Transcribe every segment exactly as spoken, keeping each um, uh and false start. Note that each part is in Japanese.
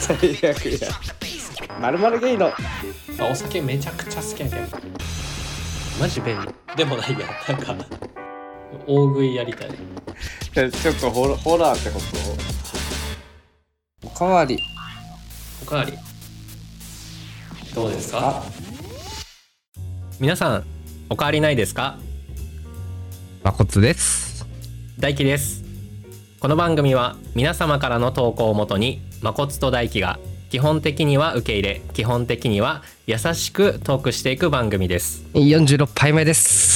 最悪や。まるまるゲイのあお酒めちゃくちゃ好きやけどマジ便利でもないやなんか大食いやりたい。 ちょっとホラホラーってこと？おかわりおかわりどうですか？皆さんおかわりないですか？ まこつです。 大輝です。この番組は皆様からの投稿をもとにまこつと大輝が基本的には受け入れ、基本的には優しくトークしていく番組です。 よんじゅうろっぱいめです。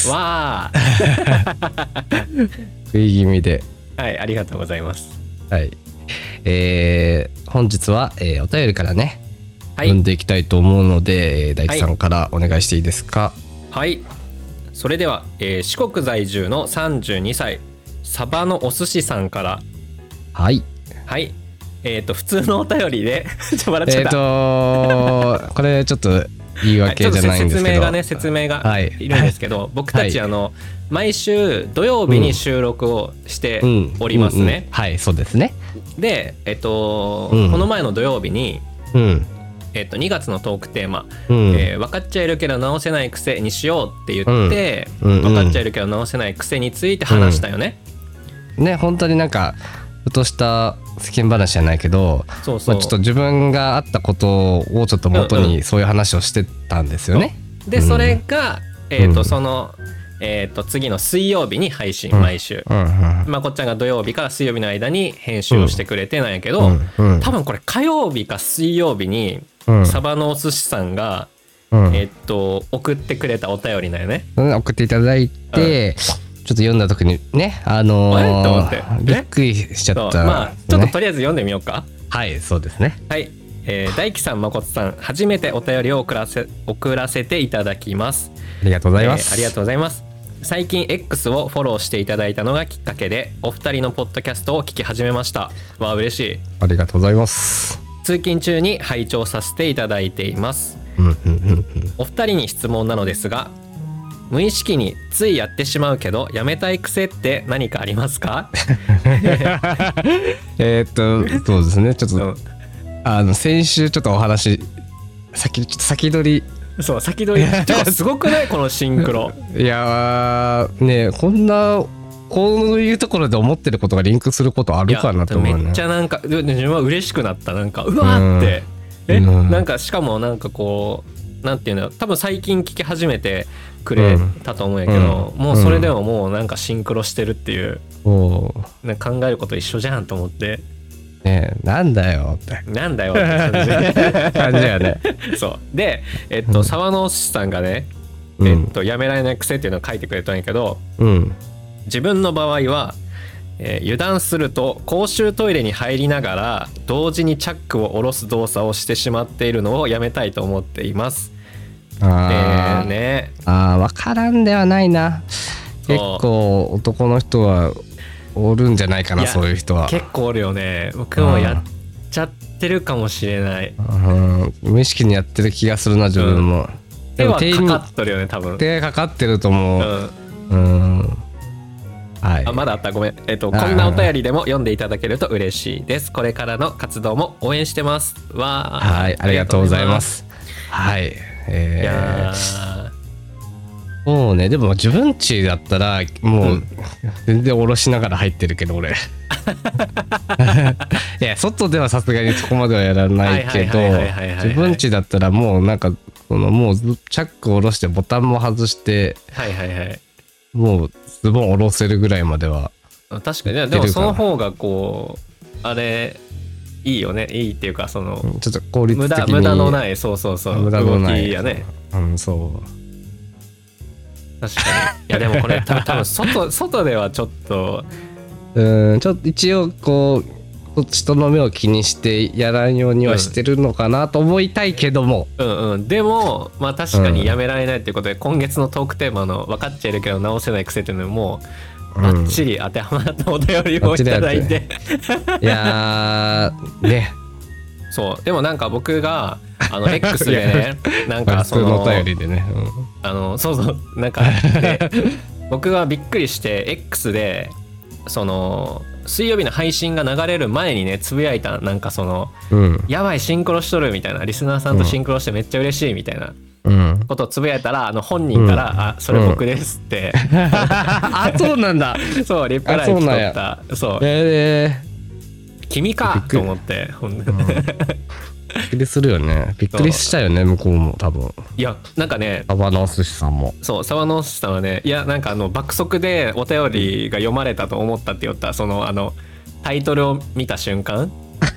わー食い気味で、 はい、ありがとうございます。 はい、えー、本日は、えー、お便りからね、はい、読んでいきたいと思うので、大輝さんからお願いしていいですか？ はい、それでは、えー、四国在住のさんじゅうにさいサバのお寿司さんから。 はいはいえーと普通のお便りでちょ笑っちゃった。 えーとこれちょっと言い訳じゃないんですけど、 説明がね説明がいるんですけど、はい、僕たち、はい、あの毎週土曜日に収録をしておりますね、うんうんうんうん、 はいそうですね。 でえっ、ー、と、うん、この前の土曜日に、うんえー、とにがつのトークテーマ、うんえー、分かっちゃいるけど直せない癖にしようって言って、うんうんうん、分かっちゃいるけど直せない癖について話したよね、 うん、ね本当になんかふとした世間話じゃないけど、そうそう、まあ、ちょっと自分があったことをちょっと元にそういう話をしてたんですよね、 うんうん、でそれが、えーとうん、その、えー、と次の水曜日に配信、うん、毎週、うんうんまあ、こっちゃんが土曜日から水曜日の間に編集をしてくれてなんやけど、うんうん、多分これ火曜日か水曜日に、うん、サバのお寿司さんが、うんえー、と送ってくれたお便りだよね、 うん、送っていただいて、うんちょっと読んだ時にね、あのー、びっくりしちゃった、ね、 まあちょっととりあえず読んでみようか。 はいそうですね。 はい、えー、大輝さんまこつさん初めてお便りを送らせ送らせていただきます。 ありがとうございます、 えー、ありがとうございます。最近 X をフォローしていただいたのがきっかけでお二人のポッドキャストを聞き始めました。わあ嬉しい。 ありがとうございます。 通勤中に拝聴させていただいています。お二人に質問なのですが、無意識についやってしまうけどやめたい癖って何かありますか？ えっとそうですねちょっと、うん、あの先週ちょっとお話先ちょっと先取りそう先取りすごくないこのシンクロ。 いやねこんなこういうところで思ってることがリンクすることあるかなと思うね。 めっちゃなんか自分は嬉しくなった。なんかうわーって、うん、え、うん、なんかしかもなんかこうなんていうの多分最近聞き始めてくれたと思うんやけど、うん、もうそれでももうなんかシンクロしてるっていう、うん、なんか考えること一緒じゃんと思って、 ね、なんだよってなんだよって感じ感じやね。 そうでえっと沢野さんがね、えっとやめられない癖っていうのを書いてくれたんやけど、うん、自分の場合は、えー、油断すると公衆トイレに入りながら同時にチャックを下ろす動作をしてしまっているのをやめたいと思っています。 あー、 えー、ねあー分からんではないな。結構男の人はおるんじゃないかな。そういう人は結構おるよね。僕もやっちゃってるかもしれない。 うん無意識にやってる気がするな自分も、うん、 手はかかってるよね多分。 手かかってると思う、うん、うんはい、 あまだあったごめん、えっと、こんなお便りでも読んでいただけると嬉しいです。これからの活動も応援してますわ。 はいありがとうございます。はい、えー、いやもうねでも自分家だったらもう全然下ろしながら入ってるけど俺いや外ではさすがにそこまではやらないけど自分家だったらもうなんかそのもうチャックを下ろしてボタンも外してはいはいはいもうズボン下ろせるぐらいまでは確かに。でもその方がこうあれいいよね。いいっていうかそのちょっと効率的に無駄のないそうそうそう無駄のない動きやね。 うんそう確かに。いやでもこれ多分外外ではちょっとうんちょっと一応こう人の目を気にしてやらんようにはしてるのかなと思いたいけども、 うん、うんうんでもまあ確かにやめられないっていうことで、うん、今月のトークテーマの分かっちゃいるけど直せない癖っていうのもバッチリ当てはまったお便りをいただいて、 うん、いやーねそうでもなんか僕があの X でねなんかその普通のお便りでね、 うん、あのそうそうなんかで僕がびっくりして X でその水曜日の配信が流れる前にねつぶやいたなんかその、 うん、 やばいシンクロしとるみたいな、リスナーさんとシンクロしてめっちゃ嬉しいみたいなことをつぶやいたら、あの本人から「うん、あそれ僕です」って、うん、 あそうなんだそうリプライ来とった。そう、 えー、君かと思って、うん、びっくりするよね。びっくりしたよね向こうも多分。 いやなんかね、 サバのお寿司さんもそうサバのお寿司さんはね、いやなんかあの爆速でお便りが読まれたと思ったって言った。そのあのタイトルを見た瞬間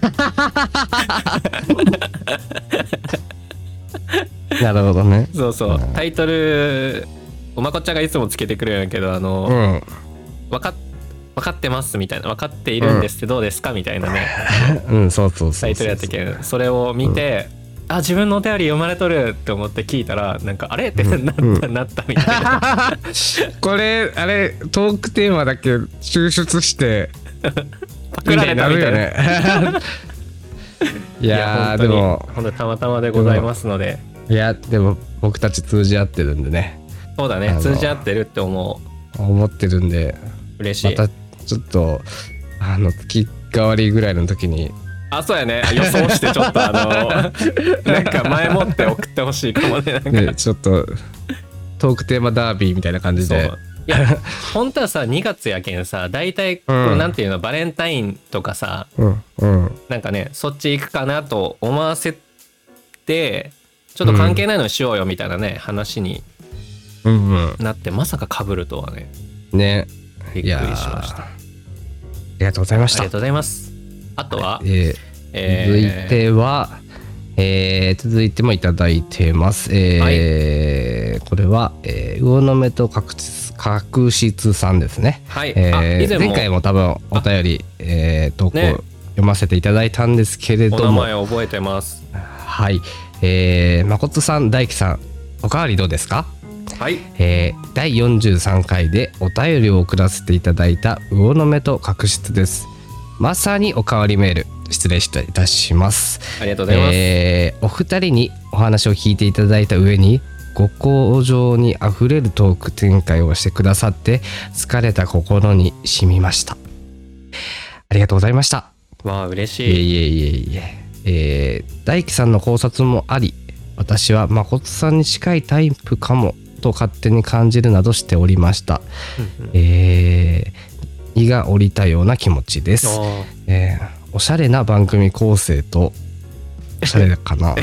なるほどね。 そうそう、うん、タイトルおまこっちゃんがいつもつけてくれるんやけど、あの、うん、分かっ分かってますみたいな、分かっているんですってどうですかみたいなね、 うん、そうそうそうタイトルやったけど、それを見て、うん、あ自分のお便り読まれとるって思って聞いたら、なんかあれってなった、うん、なったみたいなこれあれトークテーマだけ抽出してパクられたみたいな、ね、 いやーでも本当にたまたまでございますので、 いやでも僕たち通じ合ってるんでね。 そうだね、通じ合ってるって思う思ってるんで嬉しい。 またちょっとあの月替わりぐらいの時に、 あそうやね、予想してちょっとあのなんか前もって送ってほしいかもね。なんかねちょっとトークテーマダービーみたいな感じで。 いや本当はさにがつやけんさ、大体こう、うん、なんていうのバレンタインとかさ、うんうん、なんかねそっち行くかなと思わせて、ちょっと関係ないのにしようよみたいなね、うん、話になって、まさか被るとはね。 ね、 びっくりしました。 ありがとうございました。 ありがとうございます。あとは、 えーえー、続いては、えー、続いてもいただいてます。えーはい、これは、えー、魚の目と確実確執さんですね。はい、えー、以前も前回も多分お便り、えー、投稿、ね、読ませていただいたんですけれども、お名前覚えてます。 はい、えー、誠さん、大輝さん、おかわりどうですか？ はい、 えー、だいよんじゅうさんかいでお便りを送らせていただいた魚の目と確執です。まさにおかわりメール、失礼いたします。 ありがとうございます。 えー、お二人にお話を聞いていただいた上にご向上にあふれるトーク展開をしてくださって疲れた心に染みました。ありがとうございました。 わあ嬉しい。 いえいえいえ、えー、大輝さんの考察もあり、私は誠さんに近いタイプかもと勝手に感じるなどしておりました。えー、胃が降りたような気持ちです。えー、おしゃれな番組構成とおしゃれかな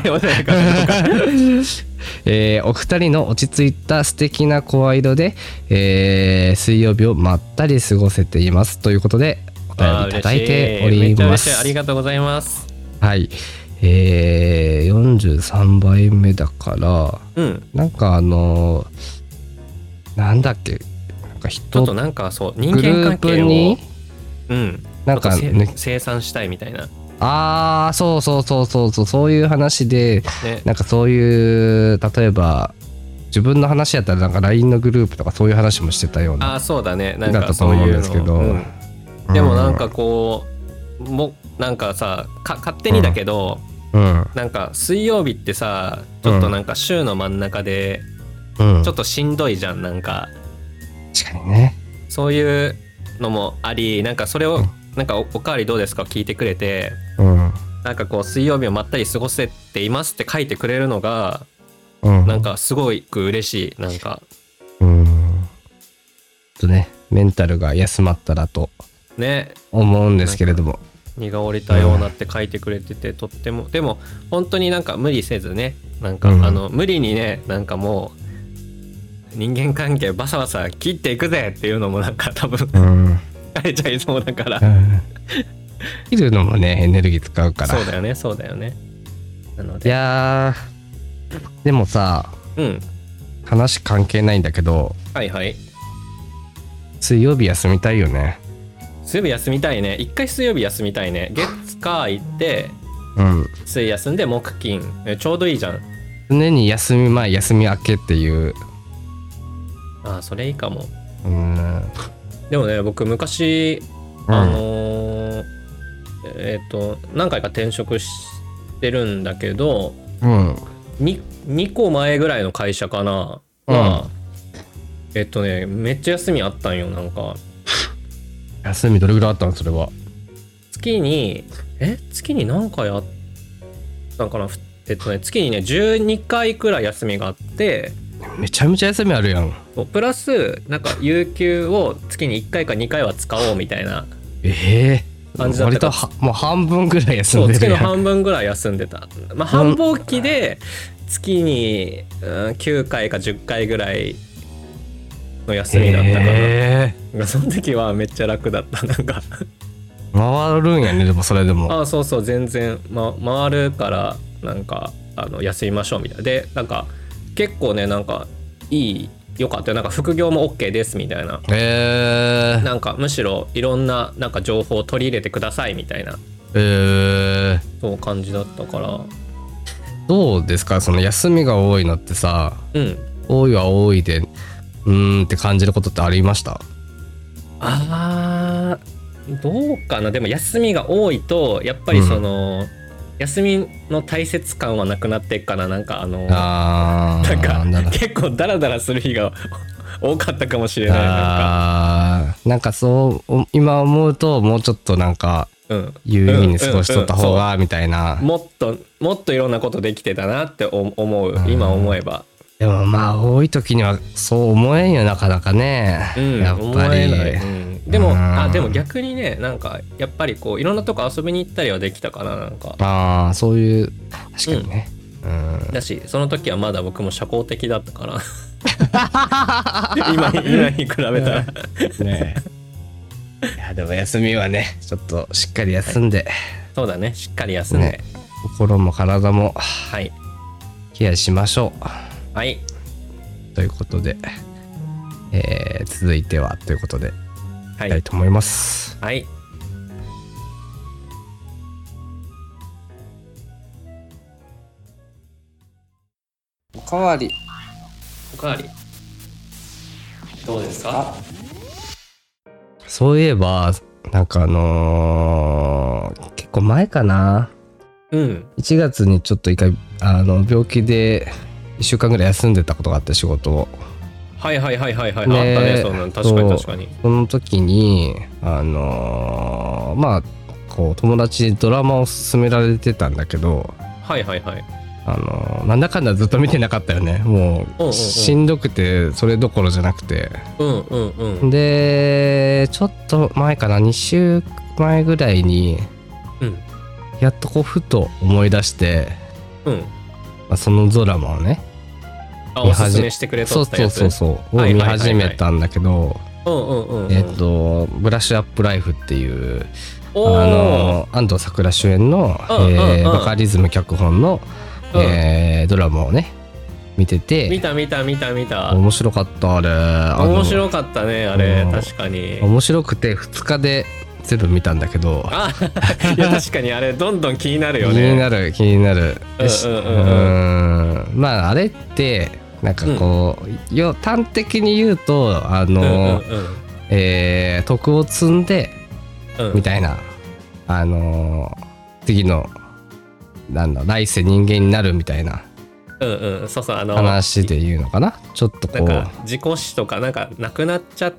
えー、お二人の落ち着いた素敵な声色で、えー、水曜日をまったり過ごせていますということでお便りいただいております。 ありがとうございます。 はい、えー、よんじゅうさんばいめだから、うん、なんかあのー、なんだっけ、なんか人ちょっとなんかそう人間関係をうんなんか、ね、生産したいみたいな。 ああそうそうそうそうそうそういう話で、ね、なんかそういう例えば自分の話やったらなんか ライン のグループとかそういう話もしてたような。 あそうだね、なんかそういうのですけど、うんうん、でもなんかこうもなんかさか勝手にだけど、うん、なんか水曜日ってさちょっとなんか週の真ん中でちょっとしんどいじゃん、なんか確かにね、 そういうのもあり、なんかそれを、うんなんか お, おかわりどうですか聞いてくれて、うん、なんかこう水曜日をまったり過ごせていますって書いてくれるのが、うん、なんかすごく嬉しい。なんかうんとねメンタルが休まったらとね思うんですけれども、 荷が下りたようなって書いてくれてて、うん、とってもでも本当になんか無理せずね、なんか、うん、あの無理にねなんかもう人間関係バサバサ切っていくぜっていうのもなんか多分、うん疲れちゃいそうだから、うん、 切るのもねエネルギー使うから。 そうだよねそうだよね。なのでいやでもさ、うん、話関係ないんだけど、 はいはい、 水曜日休みたいよね。 水曜日休みたいね。一回水曜日休みたいね。月火行って、うん、水休んで木金ちょうどいいじゃん。 常に休み前休み明けっていう。 ああそれいいかも。うんでもね僕昔、うん、あのー、えっ、ー、と何回か転職してるんだけど、うん、に, にこまえぐらいの会社かな、うん、えっとねめっちゃ休みあったんよ。なんか休みどれぐらいあったのそれは？ 月にえ月に何回あったのかな。えっとね月にねじゅうにかいくらい休みがあって、 めちゃめちゃ休みあるやん。 プラスなんか有給を月にいっかいかにかいは使おうみたいなええ感じだった。 割とはもう半分ぐらい休んでるやん。 そう月の半分ぐらい休んでた。まあ繁忙期で月に、うん、きゅうかいかじゅっかいぐらいの休みだったから、えー、その時はめっちゃ楽だった。なんか回るんやね。でもそれでもあそうそう全然、ま、回るからなんかあの休みましょうみたいな。でなんか結構ねなんかいいよかったよ。なんか副業も OK ですみたいな。 へえー、 なんかむしろいろんななんか情報を取り入れてくださいみたいな、 えー、 そう感じだったから。 どうですかその休みが多いのってさ、 うん、 多いは多いでうーんって感じることってありました？ あーどうかな。でも休みが多いとやっぱりその、うん、休みの大切感はなくなっていくから、なんかあのあなんか結構ダラダラする日が多かったかもしれない。 なんかなんかそう今思うともうちょっとなんか有意義に過ごしとった方がみたいな、 もっともっといろんなことできてたなって思う今思えば。 でもまあ多い時にはそう思えんよなかなかね、うん、やっぱり思えない、 うん、でもあでも逆にねなんかやっぱりこういろんなとこ遊びに行ったりはできたかな。なんかああそういう確かにね、 うんうん、だしその時はまだ僕も社交的だったから今, 今に比べたらねえいやでも休みはねちょっとしっかり休んで、はい、 そうだねしっかり休んで、ね、 心も体もはいケアしましょう。 はいということで、えー、続いてはということで、はい、いきたいと思います。 はい。 おかわり。 おかわり。どうですか？ そういえばなんかあのー、結構前かな。 うん。 いちがつにちょっと一回あの病気でいっしゅうかんぐらい休んでたことがあって仕事を。 はいはいはいはいはい、あったね。そんな確かに確かに。 その時にあのー、まあこう友達にドラマを勧められてたんだけど、 はいはいはい。 あのー、なんだかんだずっと見てなかったよね。もう、うんうんうん、しんどくてそれどころじゃなくて。 うんうんうん。 でちょっと前かなにしゅうまえぐらいに、うん、やっとこうふと思い出して、うん。まあ、そのドラマをねおすすめしてくれとったやつそうそうそうそうを見始めたんだけど、えっとブラッシュアップライフっていうあの安藤サクラ主演の、えー、バカリズム脚本の、えー、ドラマをね見てて、 見た見た見た見た面白かったあれ。あ面白かったねあれ、うん、確かに面白くてふつかで全部見たんだけどあいや確かにあれどんどん気になるよね。 気になる気になる。まああれってなんかこう、うん、よ端的に言うとあの、うんうんうんえー、徳を積んで、うん、みたいなあの次のなんだ来世人間になるみたいなうんうん、そうそうあの話で言うのかな。ちょっとこうなんか自己死とかなんかなくなっちゃって、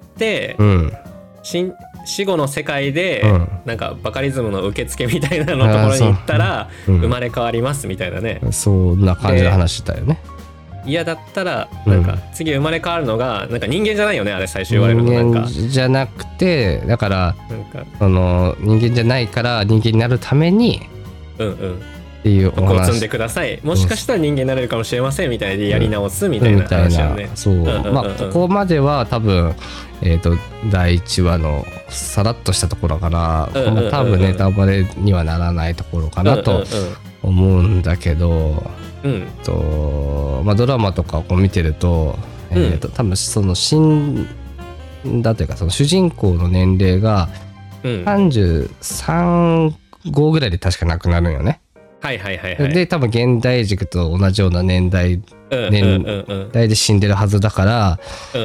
うん、 死死後の世界で、うん、なんかバカリズムの受付みたいなのところに行ったら、うん、生まれ変わりますみたいなね。 そんな感じの話だよね。 嫌だったらなんか次生まれ変わるのがなんか人間じゃないよねあれ最初言われるのなんか人間じゃなくてだからなんかその人間じゃないから人間になるためにうんうんっていうお話。 徳を積んでください。もしかしたら人間になれるかもしれませんみたいでやり直すみたいな話だよね。 そう、うんうんうんうん、まあここまでは多分えっとだいいちわのさらっとしたところから、うんうんうんうん、多分ネタバレにはならないところかなと思うんだけど、うん、とまあドラマとかを見てると、えーと、多分その死んだというかその主人公の年齢がさんじゅうさんごぐらいで確か亡くなるんよね。 はいはいはいはい。 で多分現代軸と同じような年代、年代で死んでるはずだから、うん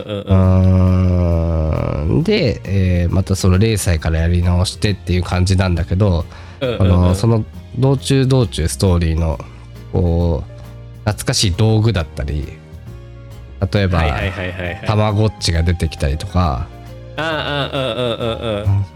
うんうん、で、えー、またそのゼロさいからやり直してっていう感じなんだけど、うんうんうん、あのその道中道中ストーリーのこう懐かしい道具だったり例えばたまごっちが出てきたりとかああああああ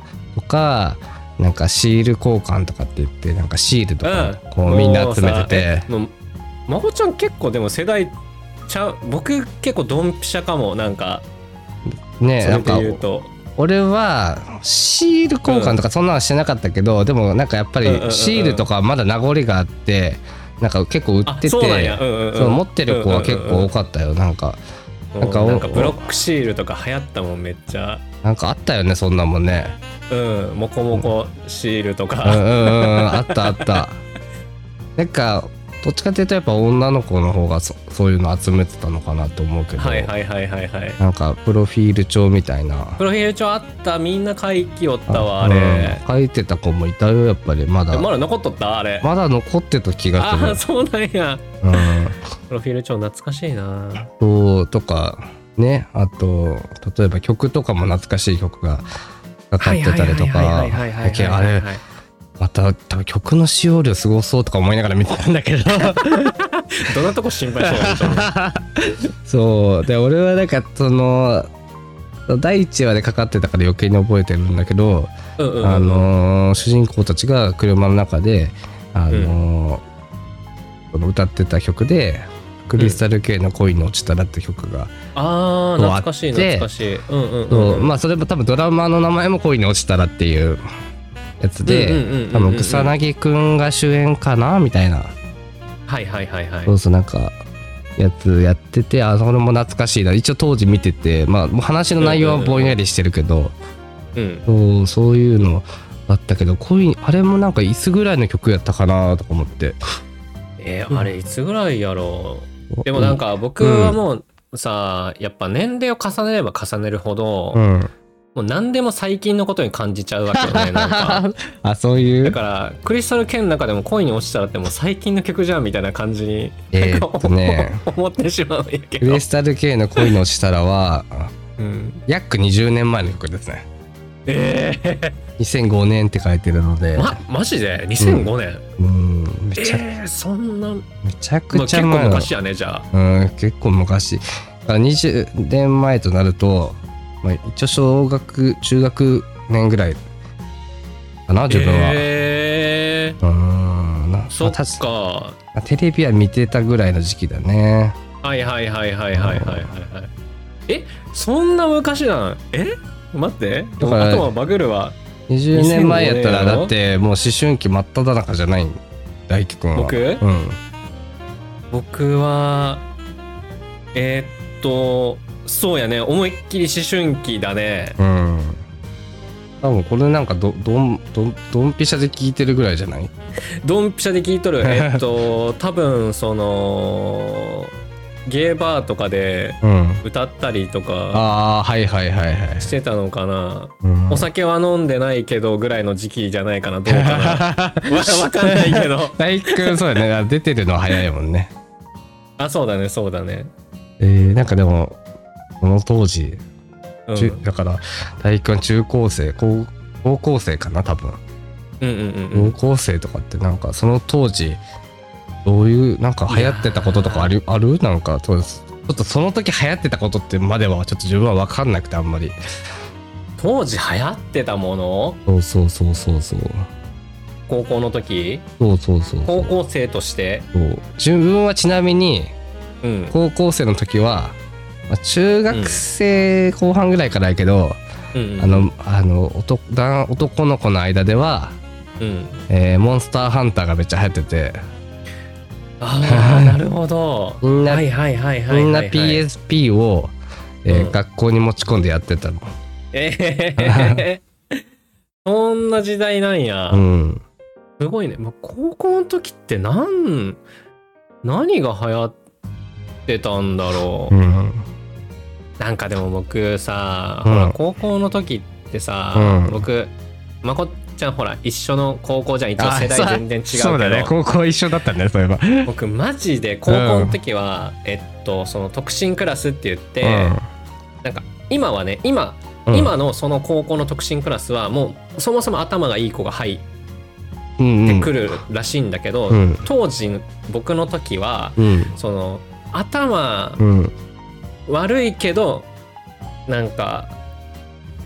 かなんかシール交換とかって言ってなんかシールとかこうみんな集めてて、 もうまこちゃん結構でも世代ちゃう。僕結構ドンピシャかも。なんかねえ、なんか俺はシール交換とかそんなのしてなかったけど、うん、でもなんかやっぱりシールとかまだ名残があってなんか結構売ってて、そう持ってる子は結構多かったよ。なんかなんかなんかブロックシールとか流行ったもんめっちゃ。 なんかあったよねそんなもんね。 うんモコモコシールとか、 うんうんうんあったあったなんかどっちかっていうとやっぱ女の子の方が そ, そういうの集めてたのかなと思うけど、 はいはいはいはいはい、 なんかプロフィール帳みたいな。 プロフィール帳あった。みんな書きよったわあれ、 うん、書いてた子もいたよやっぱり。まだまだ残っとったあれ。 まだ残ってた気がする。 あそうなんや、うん、プロフィール帳懐かしいな。 そうとかね。あと例えば曲とかも懐かしい曲がかかってたりとか、あれまた多分曲の使用量すごそうとか思いながら見てたんだけどどんなとこ心配そうなそうで俺はなんかそのだいいちわでかかってたから余計に覚えてるんだけど、うんうんうん、あのー、主人公たちが車の中で、あのーうん、歌ってた曲でクリスタル系の恋に落ちたらって曲が、うん、 ああ懐かしい懐かしい、うんうんうん、 そうまあそれも多分ドラマの名前も恋に落ちたらっていうやつで、多分草薙くんが主演かなみたいな、 はいはいはいはい、 そうそうなんかやつやってて、あそれも懐かしいな。一応当時見てて、まあもう話の内容はぼんやりしてるけど、うん、そうそういうのあったけど、恋あれもなんかいつぐらいの曲やったかなとか思って。 えー、あれいつぐらいやろう。でもなんか僕はもうさ、やっぱ年齢を重ねれば重ねるほど、うん、もう何でも最近のことに感じちゃうわけよね。なんかあそういうだからクリスタルケンの中でも恋に落ちたらってもう最近の曲じゃんみたいな感じに、 えーっとね、 思ってしまうんやけど、クリスタルケンの恋に落ちたらは、 うん、 約にじゅうねんまえの曲ですね。 えー、 にせんごねんって書いてるので、 ま、マジでにせんごねん、 うん、うん、めちゃ、 えー、そんなめちゃくちゃ前、 まあ、結構昔やね。じゃあ、うん、結構昔。にじゅうねんまえとなると、まあ、一応小学中学年ぐらいかな自分は。 えー、 うんなそっか、 まあ、テレビは見てたぐらいの時期だね。 はいはいはいはいはいはいはい、はい、えそんな昔なんえ待ってだから頭バグるわ。 にじゅうねんまえやったらだってもう思春期真っ只中じゃない大輝くんは。 僕、うん、僕はえー、っとそうやね、思いっきり思春期だね。 うん。多分これなんかどどんどんどんぴしゃで聞いてるぐらいじゃない？ ドンピシャで聞いとる。えっと多分そのゲーバーとかで歌ったりとか、うん、 ああはいはいはいはいしてたのかな、うん、お酒は飲んでないけどぐらいの時期じゃないかな。どうかなわかんないけど大工そうだね出てるのは早いもんね。 あそうだねそうだね。 えー、なんかでもこの当時、うん、だから大工は中高生 高, 高校生かな多分、 うんうんうんうん、 高校生とかってなんかその当時どういうなんか流行ってたこととかあるあるなんかそうです。ちょっとその時流行ってたことってまではちょっと自分は分かんなくてあんまり。 当時流行ってたもの？ そうそうそうそうそう。 高校の時？ そうそうそうそう。 高校生として？ そう自分はちなみに、うん、高校生の時は、まあ、中学生後半ぐらいからやけど、うん、あのあの 男, 男の子の間では、うんえー、モンスターハンターがめっちゃ流行ってて。 ああなるほど。 みんなみんな ピーエスピー を、えーうん、学校に持ち込んでやってたの。 えー、そんな時代なんや。うん、すごいね。まあ、高校の時って何何が流行ってたんだろう。うん、なんかでも僕さ、うん、ほら高校の時ってさ、うん、僕まこちゃんほら一緒の高校じゃん。一応世代全然違うけど。 そうだね高校一緒だったねそういえば。 僕マジで高校の時は、うん、えっとその特進クラスって言って、うん、なんか今はね今、うん、今のその高校の特進クラスはもうそもそも頭がいい子が入ってくるらしいんだけど、うんうん、当時僕の時は、うん、その頭、うん、悪いけどなんか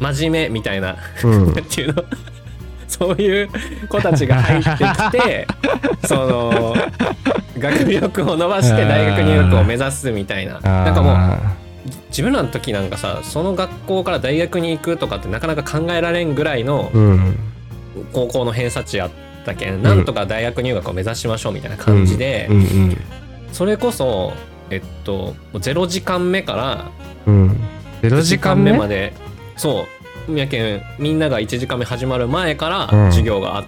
真面目みたいな、 うん、 なんていうのそういう子たちが入ってきてその学力を伸ばして大学入学を目指すみたいな、なんかもう自分らの時なんかさ、その学校から大学に行くとかってなかなか考えられんぐらいの高校の偏差値やったけん、うん、なんとか大学入学を目指しましょうみたいな感じで、うんうんうん、それこそえっとゼロじかんめから、 うん、ゼロじかんめまで、そうやけんみんながいちじかんめ始まる前から授業があって、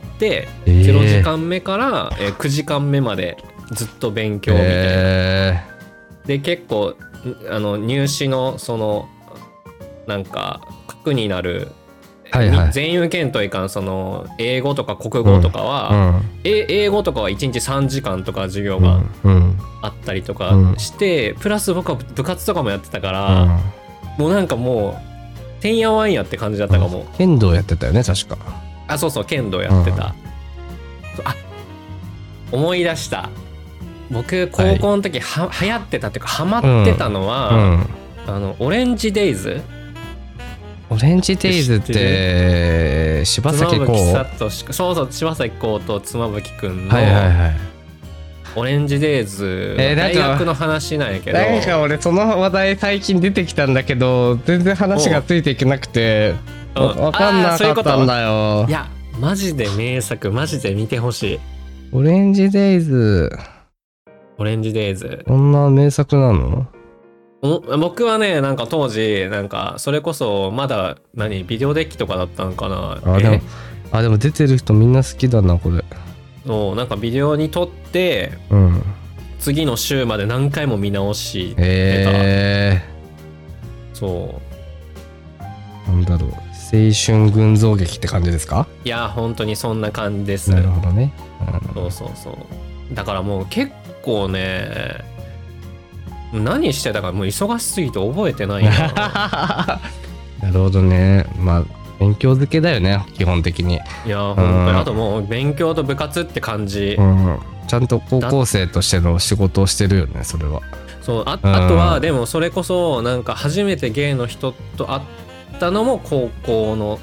うん、ゼロじかんめから、えー、くじかんめまでずっと勉強みたいな、えー、で結構あの入試のそのなんか核になる、はいはい、全員受けんといかんその英語とか国語とかは、うんうん、英語とかはいちにちさんじかんとか授業があったりとかして、うん、プラス僕は部活とかもやってたから、うん、もうなんかもうてんやわんやって感じだったかも、 うん、剣道やってたよね確か。 あ、そうそう、剣道やってた、うん、あ、思い出した。僕高校の時は、はい、流行ってたっていうかハマってたのは、うんうん、あのオレンジデイズ。 オレンジデイズって柴咲コウ。 そうそう、柴咲コウと妻夫木くんの、 はいはいはい、 オレンジデイズ、えー、大学の話なんやけど、 なんか俺その話題最近出てきたんだけど全然話がついていけなくて分かんなかったんだよ。 いやマジで名作、マジで見てほしい。 オレンジデイズ、 オレンジデイズ、 こんな名作なの？ 僕はね、なんか当時なんかそれこそまだ何ビデオデッキとかだったのかな。 あ、でも、あ、でも出てる人みんな好きだなこれ。 そう、なんかビデオに撮って、うん、次の週まで何回も見直してた。 えー、そうなんだろう、青春群像劇って感じですか？ いや本当にそんな感じです。 なるほどね、 うん、そうそうそう。だからもう結構ね、何してたかもう忙しすぎて覚えてないな。 なるほどね。まあ勉強漬けだよね基本的に。 いや本当に、うん、あともう勉強と部活って感じ、 うん、ちゃんと高校生としての仕事をしてるよねそれは。 そう、 あ, あとはでもそれこそなんか初めてゲイの人と会ったのも高校の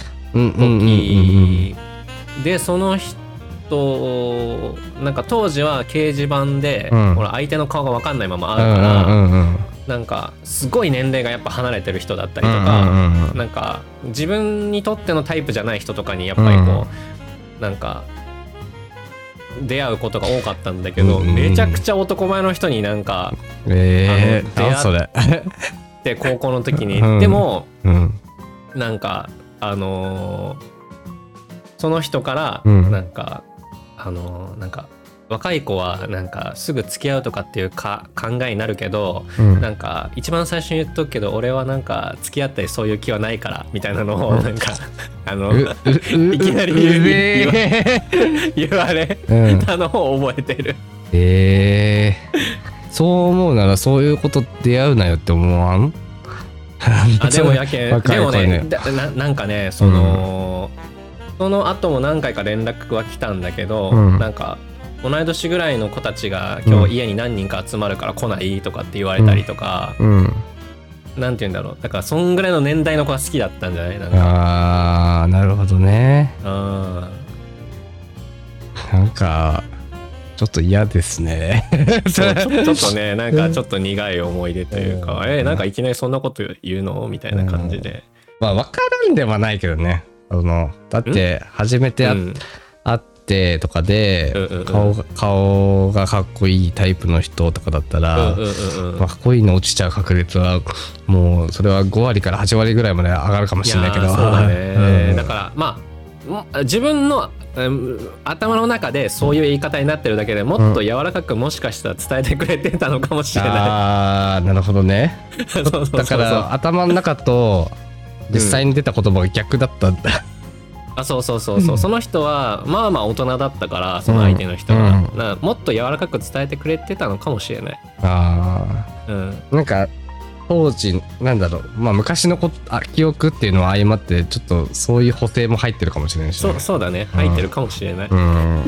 時で、その人なんか当時は掲示板で、うん、ほら相手の顔が分かんないまま会うから、うんうんうんうん、なんかすごい年齢がやっぱ離れてる人だったりとか、うんうんうん、なんか自分にとってのタイプじゃない人とかにやっぱりこう、うん、なんか出会うことが多かったんだけど、うんうん、めちゃくちゃ男前の人になんか、 えー、あの出会って高校の時に、うん、でも、うん、なんかあのー、その人からなんか、うんあのなんか若い子はなんかすぐ付き合うとかっていうか考えになるけど、うん、なんか一番最初に言っとくけど俺はなんか付き合ったりそういう気はないからみたいなのをなんか、うん、あのいきなり言, 言, 言われたのを覚えてる。 へ、うん、えー、そう思うならそういうこと出会うなよって思わん？ あでもやけんでもね な, なんかねその、うん、その後も何回か連絡は来たんだけど、うん、なんか同い年ぐらいの子たちが今日家に何人か集まるから来ないとかって言われたりとか、うんうん、なんて言うんだろう、だからそんぐらいの年代の子が好きだったんじゃない？なんかあーなるほどね。 あなんかちょっと嫌ですね。 そうちょ、ちょっとねなんかちょっと苦い思い出というか、うん、えなんかいきなりそんなこと言うのみたいな感じで、 うん、まあ分からんではないけどね。あのだって初めて会ってとかで、うん、顔が、顔がかっこいいタイプの人とかだったら、うんうんうんまあ、かっこいいの落ちちゃう確率はもうそれはごわりからはちわりぐらいまで上がるかもしれないけど、 そうだね、うん、だからまあ自分の頭の中でそういう言い方になってるだけでもっと柔らかくもしかしたら伝えてくれてたのかもしれない、うん、 ああなるほどね。そうそうそうそう、だから頭の中と実際に出た言葉が逆だったんだ、 うん、あそうそうそうそう、うん、その人はまあまあ大人だったからその相手の人が、うんうん、なもっと柔らかく伝えてくれてたのかもしれない。 ああ、うん、なんか当時なんだろう、まあ昔のこあ記憶っていうのは相まってちょっとそういう補正も入ってるかもしれないし、 ね、そうそうだね、入ってるかもしれない、 うんうん、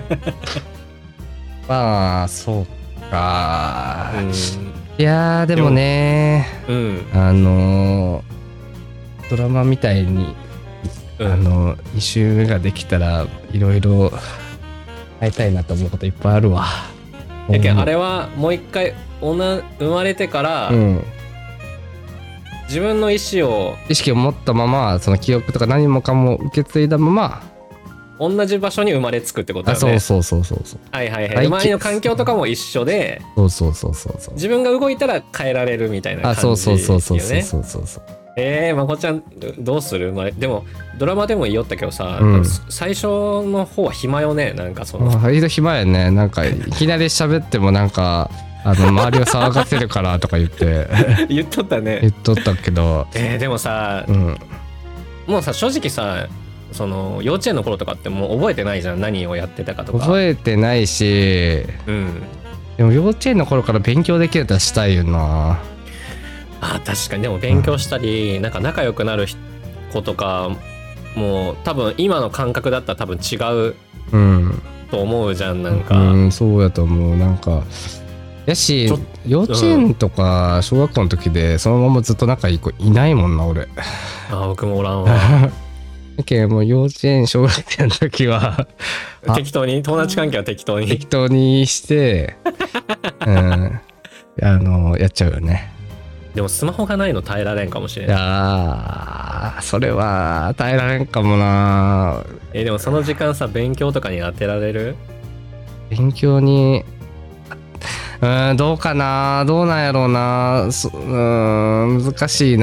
まあそうか、うん、いやでもね、うん、あのー、 ドラマみたいに、うん、あのに周目ができたらいろいろ会いたいなと思うこといっぱいあるわ。 やけんあれはもう一回おな生まれてから、うん、自分の意思を意識を持ったままその記憶とか何もかも受け継いだまま同じ場所に生まれつくってことだよね。 あそうそうそうそうそうはいはいはい。周りの環境とかも一緒でそうそうそうそうそう自分が動いたら変えられるみたいな感じ、ね、 あそうそうそうそうそうそうそうえー、まこちゃんどうする？でもドラマでも言いよったけどさ、うん、最初の方は暇よね。なんかその割と暇やね。なんかいきなり喋ってもなんかあの周りを騒がせるからとか言って言っとったね。 言っとったけどえー、でもさ、うん、もうさ正直さその幼稚園の頃とかってもう覚えてないじゃん、何をやってたかとか。 覚えてないし、うん、でも幼稚園の頃から勉強できるとしたいよな。 あ確かに。でも勉強したり、うん、なんか仲良くなる子とかもう多分今の感覚だったら多分違うと思うじゃん、なんか、 うん、そうやと思う。なんかやし幼稚園とか小学校の時でそのままずっと仲いい子いないもんな俺。 あ僕もおらんわだけどもう幼稚園小学生の時は適当に友達関係は適当に適当にして、うん、あのやっちゃうよね。 でもスマホがないの耐えられんかもしれない。 あそれは耐えられんかもな。 えでもその時間さ勉強とかに当てられる？ 勉強にうんどうかな、どうなんやろうな。うん難しい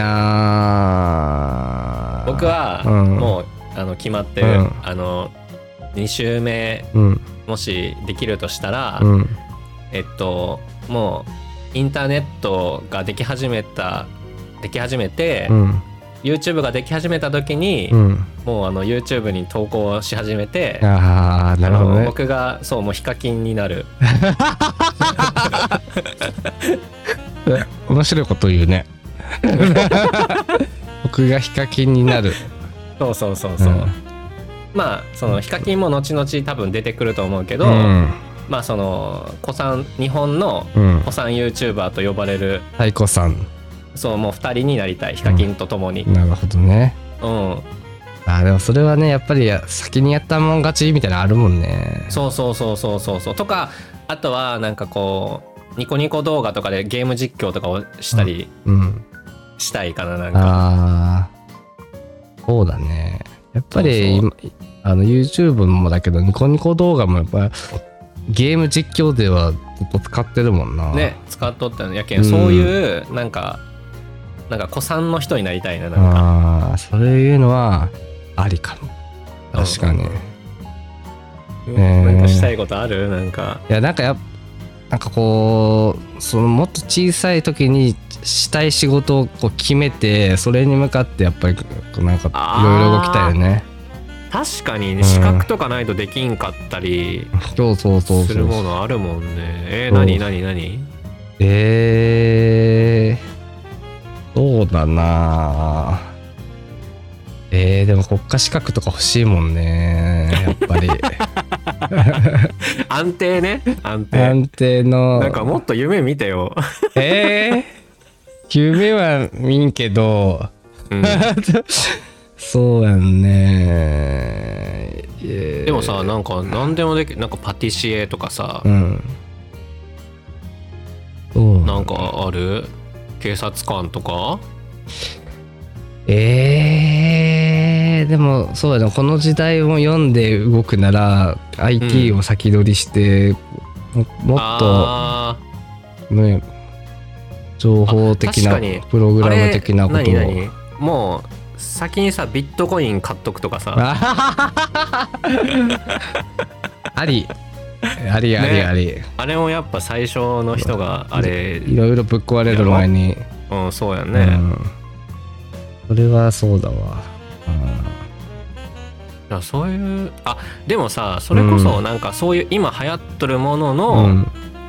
な。 僕は、うん、もうあの決まってる、うん、あのに週目、うん、もしできるとしたら、うん、えっともうインターネットができ始めたでき始めて、うん、YouTube ができ始めた時に、うん、もうあの YouTube に投稿し始めて、 あなるほどね、 僕がそうもうヒカキンになる面白いこと言うね僕がヒカキンになるそうそうそうそう、うん、まあそのヒカキンも後々多分出てくると思うけど、うんまあその古参日本の古参 YouTuber と呼ばれる太鼓さん、 そうもうふたりになりたい、ヒカキンとともに、 うん、なるほどね。 うんあでもそれはねやっぱり先にやったもん勝ちみたいなのあるもんね。 そうそうそうそうそうそうとか、あとはなんかこうニコニコ動画とかでゲーム実況とかをしたりしたいかな、なんか。 あそうだね。やっぱり今あの YouTube もだけどニコニコ動画もやっぱゲーム実況ではずっと使ってるもんな。 ね使っとったのやけん、うん、そういうなんかなんか古参の人になりたいな、なんか。 ああそういうのはありかも。確かに。 うんえー、なんかしたいことある？なんか。 いやなんかやなんかこうそのもっと小さい時にしたい仕事をこう決めてそれに向かってやっぱりなんかいろいろ動きたいよね。 確かにね、資格とかないとできんかったりするものあるもんね。えー、何何何？ えー、そうだな。えー、でも国家資格とか欲しいもんね、やっぱり。 安定ね、安定。 安定の。 なんかもっと夢見てよ。 えー、夢は見んけど。うんそうやんね。 でもさなんか何でもできる、なんかパティシエとかさ、うん、なんかある？警察官とか？ えー、でもそうだね、この時代を読んで動くなら アイティー を先取りして、うん、も, もっとね情報的なプログラム的なことを。 何何もう先にさビットコイン買っとくとかさありありありあり、ね、 あれもやっぱ最初の人があれいろいろぶっ壊れる前にうんそうやね、うん、 それはそうだわ、うん、 だそういうあでもさそれこそなんかそういう今流行っとるものの、うん、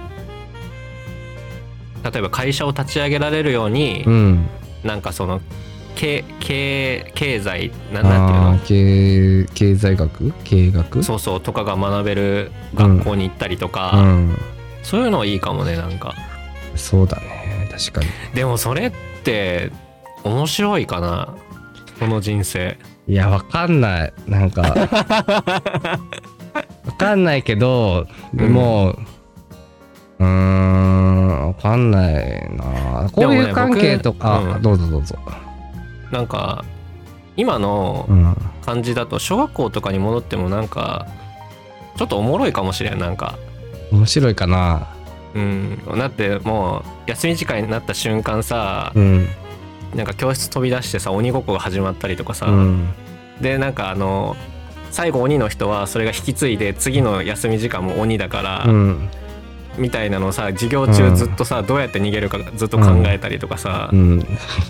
例えば会社を立ち上げられるように、うん、なんかその経, 経, 経済な, なんていうの 経, 経済学経営学そうそうとかが学べる学校に行ったりとか、うんうん、そういうのいいかもね、なんか。 そうだね確かに。 でもそれって面白いかな。 この人生。 いやわかんないなんかわかんないけどでも、うん、うーんわかんないな。こういう関係とか、ねうん、どうぞどうぞ。 なんか今の感じだと小学校とかに戻ってもなんかちょっとおもろいかもしれん。なんか面白いかな。 うんだってもう休み時間になった瞬間さ、 うん、 なんか教室飛び出してさ鬼ごっこが始まったりとかさ、 うん、 でなんかあの最後鬼の人はそれが引き継いで次の休み時間も鬼だから、うん、みたいなのをさ授業中ずっとさ、うん、どうやって逃げるかずっと考えたりとかさ、 うんうん、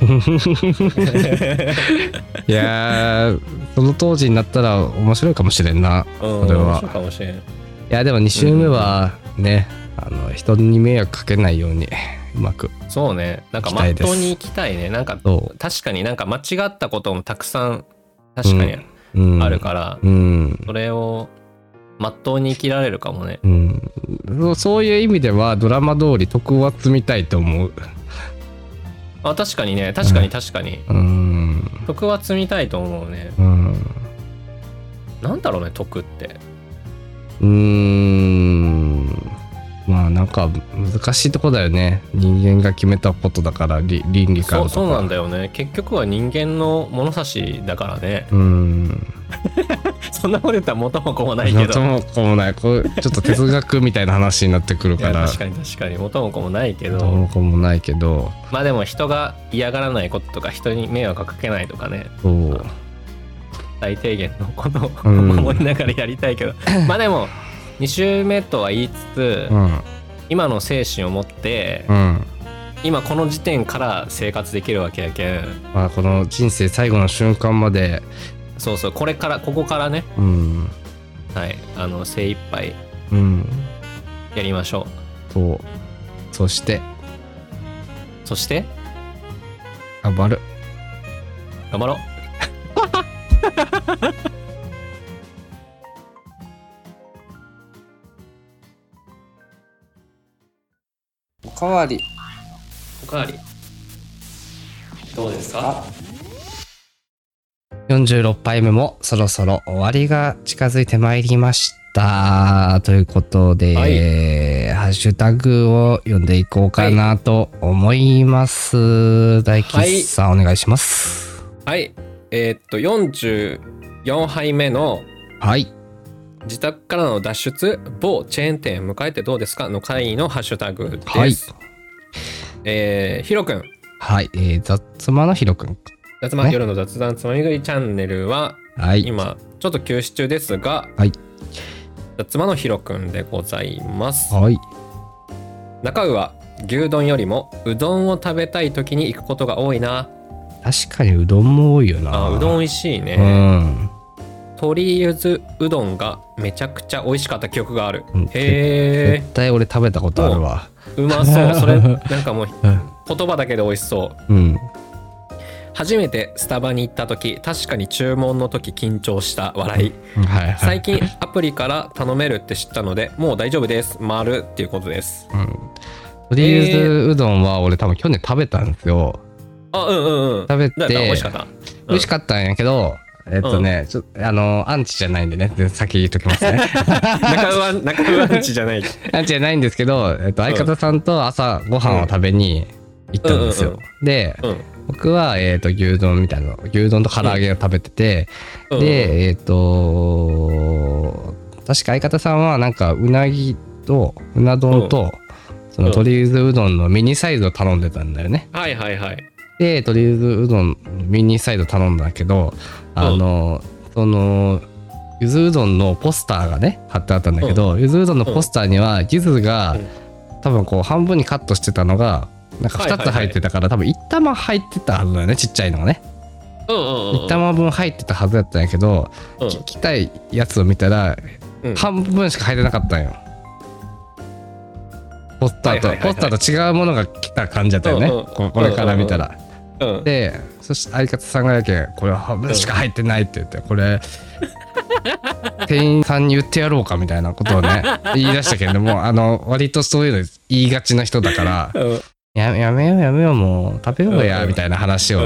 いやその当時になったら面白いかもしれんな、 うん、それは面白いかもしれん。いやでもに週目はね、うん、あの人に迷惑かけないようにうまくそうねなんかまっとうに行きたいね。なんか確かになんか間違ったこともたくさん確かにあるから、 うんうん、 それをまっとうに生きられるかもね、 うん、そういう意味ではドラマ通り徳は積みたいと思う。 あ確かにね確かに確かに、 うん、 徳は積みたいと思うね、 うん、 なんだろうね徳って。 うーんまあなんか難しいとこだよね。人間が決めたことだから倫理観とか。 そう、そうなんだよね。結局は人間の物差しだからね。 うんそんなこと言ったら元も子もないけど。 元も子もない。これちょっと哲学みたいな話になってくるから確かに確かに元も子もないけど。 元も子もないけどまあでも人が嫌がらないこととか人に迷惑かけないとかね。 そう、 最低限のことを守りながらやりたいけど、うん、まあでもに週目とは言いつつ、うん、今の精神を持って、うん、今この時点から生活できるわけやけん、 まあ、この人生最後の瞬間までそうそうこれからここからね、 うん、 はいあの精一杯やりましょう、うん、そうそしてそして頑張る頑張ろうおかわりおかわりどうですか。 よんじゅうろっぱいめもそろそろ終わりが近づいてまいりましたということで、はい、ハッシュタグを読んでいこうかなと思います、はい、大吉さん、はい、お願いします。 はいえー、っとよんじゅうよんはいめのはい自宅からの脱出某チェーン店迎えてどうですかの回のハッシュタグです、 はいえー、ひろくんはい、えー、雑間のひろくん雑間、ね、夜の雑談つまみ食いチャンネルは、はい、今ちょっと休止中ですが、 はい、 雑間のひろくんでございます、 はい、 中尾は牛丼よりもうどんを食べたい時に行くことが多いな。 確かにうどんも多いよな。 あうどん美味しいね、 うん鶏ゆずうどんがめちゃくちゃ美味しかった記憶がある、うん、へえ絶対俺食べたことあるわ。 うまそうそれなんかもう言葉だけで美味しそう、 うん、 初めてスタバに行った時確かに注文の時緊張した笑い、 うんはいはい、 最近アプリから頼めるって知ったのでもう大丈夫です丸っていうことです、 うん、鶏ゆずうどんは俺多分去年食べたんですよ。 あうんうんうん食べて美味しかった、うん、 美味しかったんやけどえっとね、うん、ちょあのアンチじゃないんでね先言っときますね中尾中尾アンチじゃないアンチじゃないんですけど、えっと、相方さんと朝ご飯を食べに行ったんですよ、うんうんうん、で、うん、僕は、えー、と牛丼みたいな牛丼と唐揚げを食べてて、うん、でえっ、ー、と確か相方さんはなんかうなぎとうな丼と、うん、その鶏ゆずうどんのミニサイズを頼んでたんだよね、 はいはいはいで鶏ゆずうどんミニサイズ頼んだけどあの、うん、そのゆずうどんのポスターがね貼ってあったんだけど、うん、ゆずうどんのポスターにはゆずが、うん、多分こう半分にカットしてたのがなんかふたつ入ってたから、はいはいはい、多分いち玉入ってたはずだよねちっちゃいのがね、 うんうんうん、 いち玉分入ってたはずだったんやけど、うん、聞きたいやつを見たら、うん、半分しか入ってなかったんよポスターと、はいはいはいはい、ポスターと違うものが来た感じだったよね、うんうん、こ, これから見たら、うんうん、でそして相方さんがやけんこれは半分しか入ってないって言ってこれ店員さんに言ってやろうかみたいなことをね言い出したけどもあの割とそういうの言いがちな人だから、うん、や, やめようやめようもう食べようやみたいな話を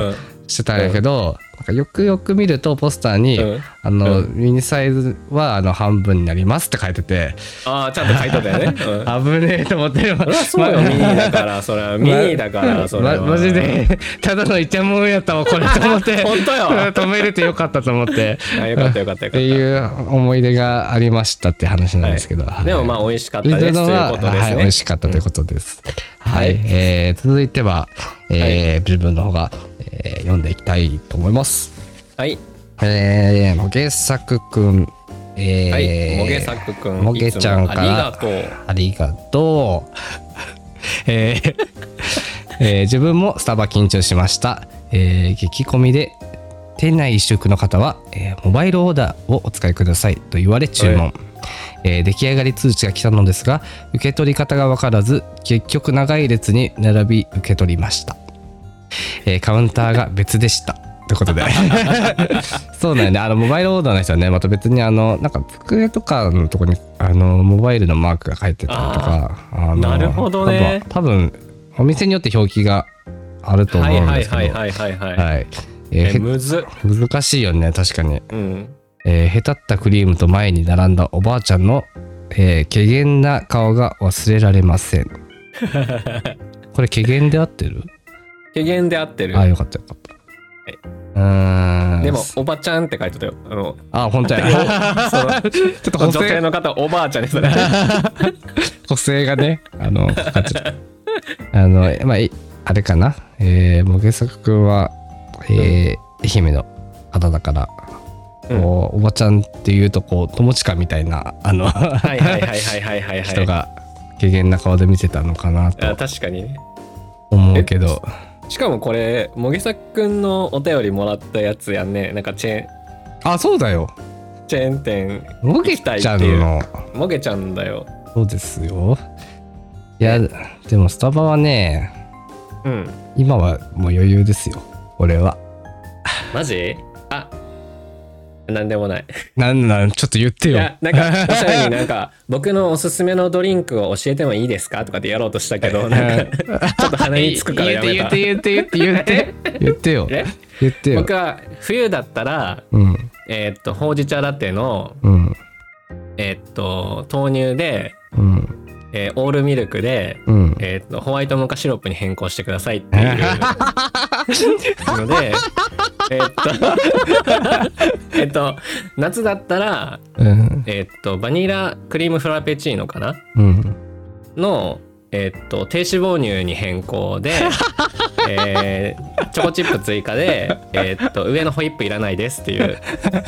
してたんやけど、うん、なんかよくよく見るとポスターに、うん、あの、うん、ミニサイズはあの半分になりますって書いてて、 ああちゃんと書いてたよね、 うん、危ねえと思ってる。 そりゃそうよ、ま、ミニだからそれはミニだからそれは、 ま、マジでただのイチャモンやったわこれと思って本当よ止めれてよかったと思ってあよかったよかったよかったっていう思い出がありましたって話なんですけど、 はい、でもまあ美味しかったですということですね、はい、 美味しかったということです、うん、はい、はい、えー、続いては、えーはい、自分の方が、えー、読んでいきたいと思います。 はい、 えー、もげさくくん、えー、 はい、もげさくくん、 もげちゃんからありがとうありがとうえーえー、自分もスタバ緊張しました、えー、激混みで店内一食の方は、えー、モバイルオーダーをお使いくださいと言われ注文、はい、えー、出来上がり通知が来たのですが受け取り方が分からず結局長い列に並び受け取りました、えー、カウンターが別でしたということでそうなんよね、あのモバイルオーダーの人はねまた別にあのなんか机とかのとこにあのモバイルのマークが書いてたりとか、あのなるほどね、 多分お店によって表記があると思うんですけど、 はいはいはいはいはい、はい、 えー、 えむず難しいよね確かに、 うん、 えー、へたったクリームと前に並んだおばあちゃんの、えー、怪訝な顔が忘れられませんこれ怪訝で合ってる？ 怪訝で合ってる。 あ、よかったよかった、はい、うーんでもおばちゃんって書いてたよ。あのあ本当やそのちょっと女性の方おばあちゃんですね補正がねあのあのまああれかな、えー、もげさくくんは、えーうん、愛媛の方だから、うん、おばちゃんっていうとこう友近みたいなあの人が怪訝な顔で見てたのかなと。 あ確かに思うけど、 しかもこれもげさくんのお便りもらったやつやんね。なんかチェーンあそうだよチェーン店もげちゃんのもげちゃんだよ。 そうですよ。いやでもスタバはね、うん、今はもう余裕ですよ俺は。 マジ？あなんでもない。 なんなんちょっと言ってよ。いやなんかおしゃれになんか僕のおすすめのドリンクを教えてもいいですかとかってやろうとしたけどなんかちょっと鼻につくからやめた。 言って言って言って言って言ってよ。言ってよ。 僕は冬だったら、うん、えー、っとほうじ茶ラテの、うん、えー、っと豆乳で、うんえー、オールミルクで、うんえー、っとホワイトモカシロップに変更してくださいっていうのでえっとえっと夏だったら、うん、えっとバニラクリームフラペチーノかな、うん、のえっと低脂肪乳に変更で、えー、チョコチップ追加でえっと上のホイップいらないですっていう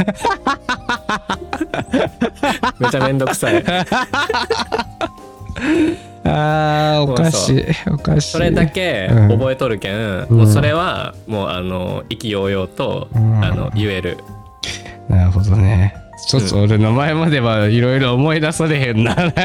めちゃめんどくさいあーおかしいおかしい。 それだけ覚えとるけん、うん、もうそれはもうあの意気揚々と、うん、あの言える。 なるほどね。ちょっと俺の前まではいろいろ思い出されへんな、なんか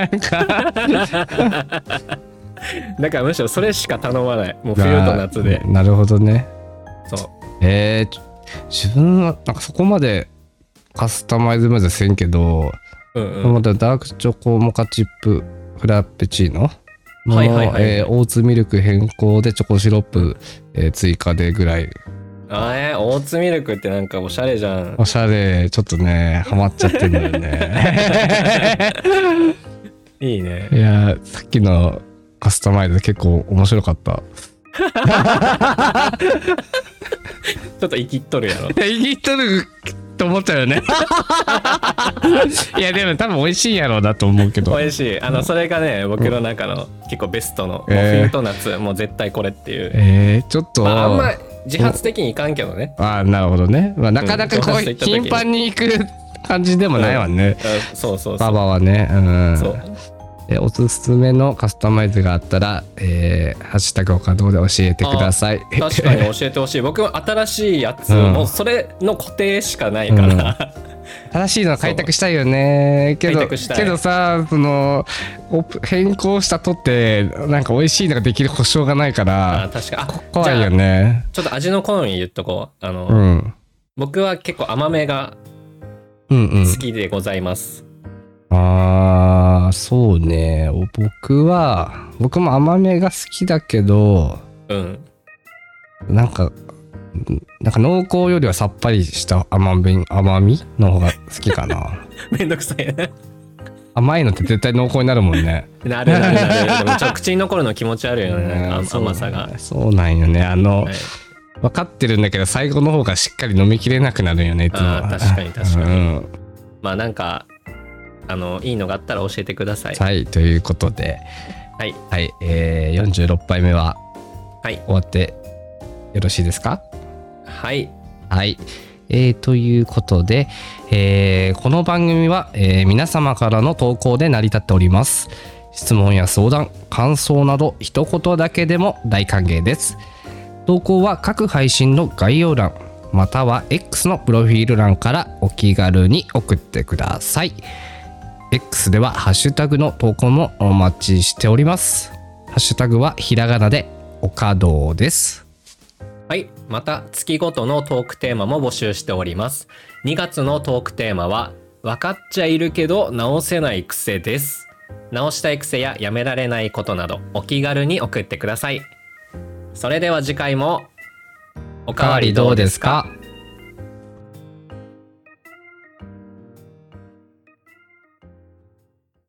だからむしろそれしか頼まない。もう冬と夏で。 なるほどね。 そうえー、自分はなんかそこまでカスタマイズまでせんけど、うんうん、まだダークチョコモカチップフラペチーノの、はいはいはい、えー、オーツミルク変更でチョコシロップ、えー、追加でぐらい。 あえー、オーツミルクってなんかおしゃれじゃん。 おしゃれちょっとねハマっちゃってるんだよねいいね。 いやさっきのカスタマイズ結構面白かったちょっと生きっとるやろ。 生きっとると思ったよねいやでも多分美味しいやろうなと思うけど。 美味しい。あのそれがね僕の中の結構ベストの、えー、もう冬と夏もう絶対これっていう。 えー、ちょっと、まあ、あんま自発的にいかんけどね。 ああなるほどね、まあ、なかなかこう、うん、頻繁に行く感じでもないわね、 うん、そうそうそうババはね、うん、そうえおすすめのカスタマイズがあったら、えー、ハッシュタグ岡堂で教えてください。 確かに教えてほしい。僕は新しいやつ、うん、もうそれの固定しかないから、 うん、新しいの開拓したいよね。けどけどさその変更したとってなんか美味しいのができる保証がないから。 あ確かあ怖いよね。 ちょっと味の好み言っとこう。あの、うん、僕は結構甘めが好きでございます、 うんうん、あーそうね。僕は僕も甘めが好きだけど、うん、なんかなんか濃厚よりはさっぱりした甘み甘みの方が好きかな。 めんどくさいね。 甘いのって絶対濃厚になるもんね。 なるなるなる。でもちょっと口に残るの気持ち悪いよね、甘さが。 そうなんよね。あの、はい、分かってるんだけど最後の方がしっかり飲みきれなくなるよねいつも。 あ確かに確かに、うん、まあなんかあのいいのがあったら教えてください。 はいということで、 はい、 はいえー、よんじゅうろっぱいめは終わってよろしいですか？ はいはい、えー、ということで、えー、この番組は、えー、皆様からの投稿で成り立っております。質問や相談感想など一言だけでも大歓迎です。投稿は各配信の概要欄または X のプロフィール欄からお気軽に送ってください。 X ではハッシュタグの投稿もお待ちしております。ハッシュタグはひらがなで岡堂です。 はい、また月ごとのトークテーマも募集しております。にがつのトークテーマは分かっちゃいるけど直せない癖です。直したい癖ややめられないことなどお気軽に送ってください。それでは次回もおかわりどうですか？